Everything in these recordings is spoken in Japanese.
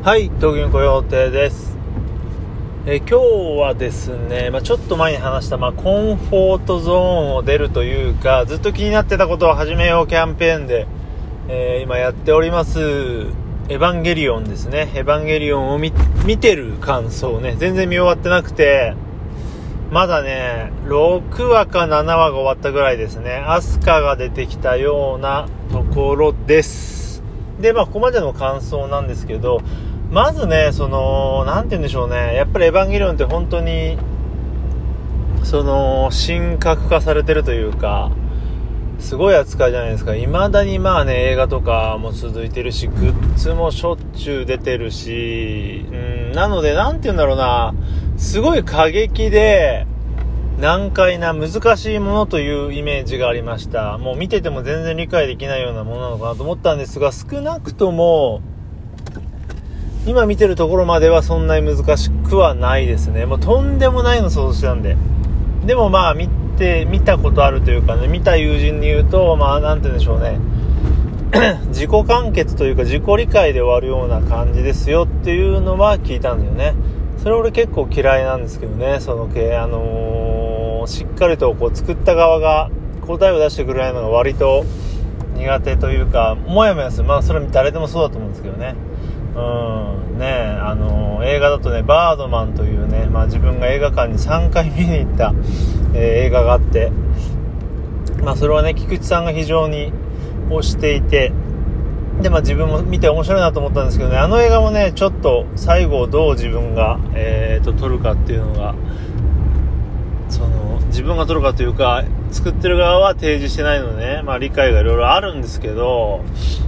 はい、東京コヨーテです。今日はですね、ちょっと前に話した、コンフォートゾーンを出るというか、ずっと気になってたことを始めようキャンペーンで、今やっておりますエヴァンゲリオンですね。エヴァンゲリオンを見てる感想ね、全然見終わってなくて、まだね6話か7話が終わったぐらいですね。アスカが出てきたようなところです。でここまでの感想なんですけど、まずねなんて言うんでしょうね、やっぱりエヴァンゲリオンって本当に神格化されてるというか、すごい扱いじゃないですか。未だに映画とかも続いてるし、グッズもしょっちゅう出てるし、なのでなんて言うんだろうな、すごい過激で難解な難しいものというイメージがありました。もう見てても全然理解できないようなものなのかなと思ったんですが、少なくとも今見てるところまではそんなに難しくはないですね。もうとんでもないの想像してたんで。でも見たことあるというかね、見た友人に言うとなんて言うんでしょうね自己完結というか自己理解で終わるような感じですよっていうのは聞いたんだよね。それ俺結構嫌いなんですけどね。しっかりと作った側が答えを出してくれないのが割と苦手というか、もやもやする。それは誰でもそうだと思うんですけどね。映画だとね、バードマンというね、自分が映画館に3回見に行った、映画があって、それはね、菊池さんが非常に推していて、で自分も見て面白いなと思ったんですけどね、あの映画もね、ちょっと最後をどう自分が、撮るかっていうのが、自分が撮るかというか、作ってる側は提示してないのでね、理解がいろいろあるんですけど、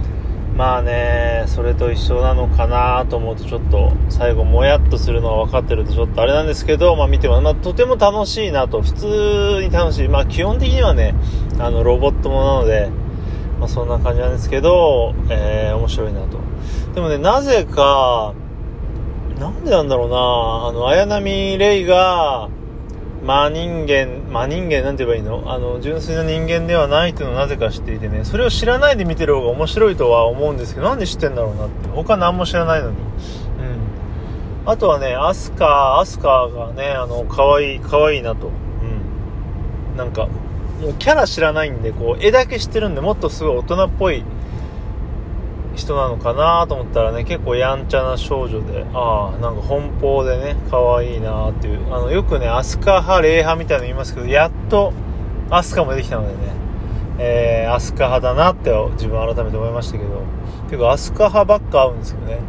それと一緒なのかなと思うと、ちょっと最後もやっとするのが分かってるとちょっとあれなんですけど、見ても、とても楽しいなと、普通に楽しい。基本的にはね、ロボットもなので、そんな感じなんですけど、面白いなと。でもね、なぜか、なんでなんだろうな、綾波レイが真人間なんて言えばいいの、純粋な人間ではないというのをなぜか知っていてね、それを知らないで見てる方が面白いとは思うんですけど、なんで知ってんだろうなって。他何も知らないのに。あとはね、アスカがね、可愛いなと。なんかもうキャラ知らないんで、絵だけ知ってるんで、もっとすごい大人っぽい人なのかなと思ったらね、結構やんちゃな少女で、なんか奔放でね、可愛いなっていう、よくね、アスカ派、レイ派みたいなの言いますけど、やっとアスカもできたのでね、アスカ派だなって自分改めて思いましたけど、結構アスカ派ばっか合うんですよね。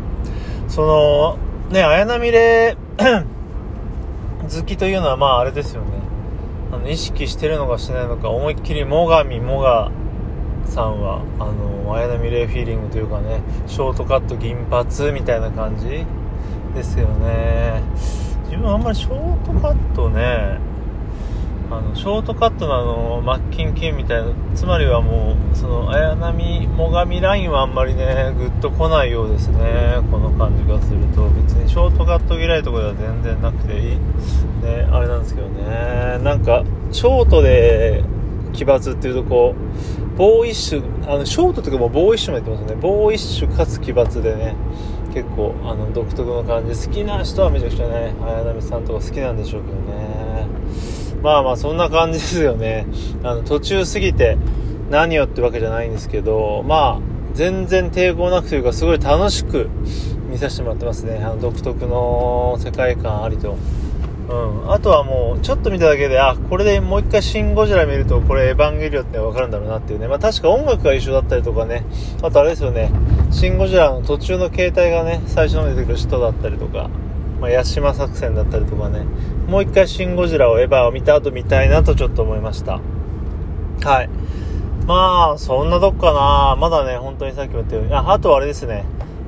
綾波レイ好きというのはあれですよね。意識してるのかしてないのか、思いっきりもがさんは綾波レイフィーリングというかね、ショートカット銀髪みたいな感じですよね。自分あんまりショートカットね、ショートカットのマッキンキンみたいな、つまりはもう綾波もがみラインはあんまりねグッと来ないようですね。この感じがすると、別にショートカット嫌いとかでは全然なくていいね、あれなんですけどね。なんかショートで奇抜っていうとボーイッシュ、ショートとかもボーイッシュもやってますよね。ボーイッシュかつ奇抜でね、結構独特の感じ。好きな人はめちゃくちゃね、綾波さんとか好きなんでしょうけどね。そんな感じですよね。途中過ぎて何よってわけじゃないんですけど、全然抵抗なくというか、すごい楽しく見させてもらってますね。独特の世界観ありと。あとはもうちょっと見ただけで、これでもう一回シン・ゴジラ見ると、これエヴァンゲリオンって分かるんだろうなっていうね。確か音楽が一緒だったりとかね、あとあれですよね、シン・ゴジラの途中の形態がね、最初の出てくる人だったりとか、ヤシマ作戦だったりとかね、もう一回シン・ゴジラをエヴァを見た後見たいなとちょっと思いました。はい。そんなとこかな。まだね、本当にさっきも言ったように、あとはあれですね、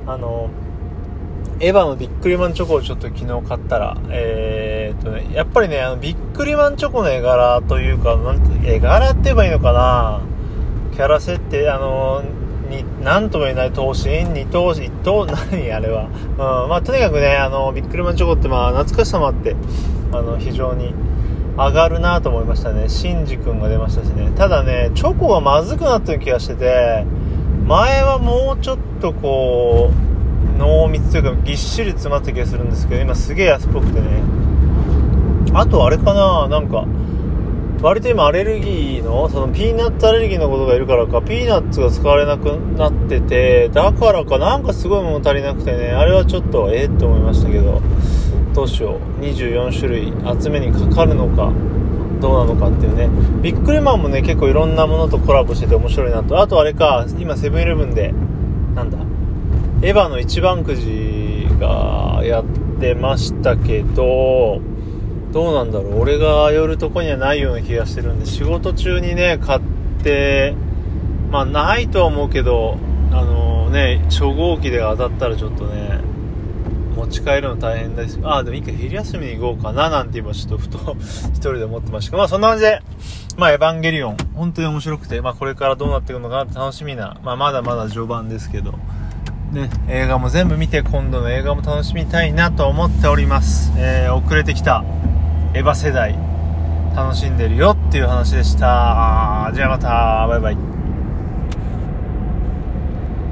エヴァのビックリマンチョコをちょっと昨日買ったら、やっぱりね、ビックリマンチョコの絵柄というか、絵柄って言えばいいのかな、キャラ設定、なんとも言えない頭身、何あれは。とにかくね、ビックリマンチョコって懐かしさもあって、非常に上がるなと思いましたね。シンジ君が出ましたしね。ただね、チョコがまずくなってる気がしてて、前はもうちょっと濃密というかぎっしり詰まった気がするんですけど、今すげえ安っぽくてね。あとあれかな、なんか割と今アレルギーのそのピーナッツアレルギーのことがいるからか、ピーナッツが使われなくなってて、だからかなんかすごいもの足りなくてね、あれはちょっとって思いましたけど、どうしよう、24種類集めにかかるのかどうなのかっていうね。ビックリマンもね結構いろんなものとコラボしてて面白いなと。あとあれか、今セブンイレブンでなんだエヴァの一番くじがやってましたけど、どうなんだろう、俺が寄るとこにはないような気がしてるんで、仕事中にね買って、まあないとは思うけど、初号機で当たったらちょっとね持ち帰るの大変です。でも一回昼休みに行こうかななんて今ちょっとふと一人で思ってましたけど、まあそんな感じで、まあエヴァンゲリオン本当に面白くて、まあこれからどうなっていくのかなって楽しみな、まあまだまだ序盤ですけどね、映画も全部見て今度の映画も楽しみたいなと思っております。遅れてきたエヴァ世代楽しんでるよっていう話でした。じゃあまた、バイバイ。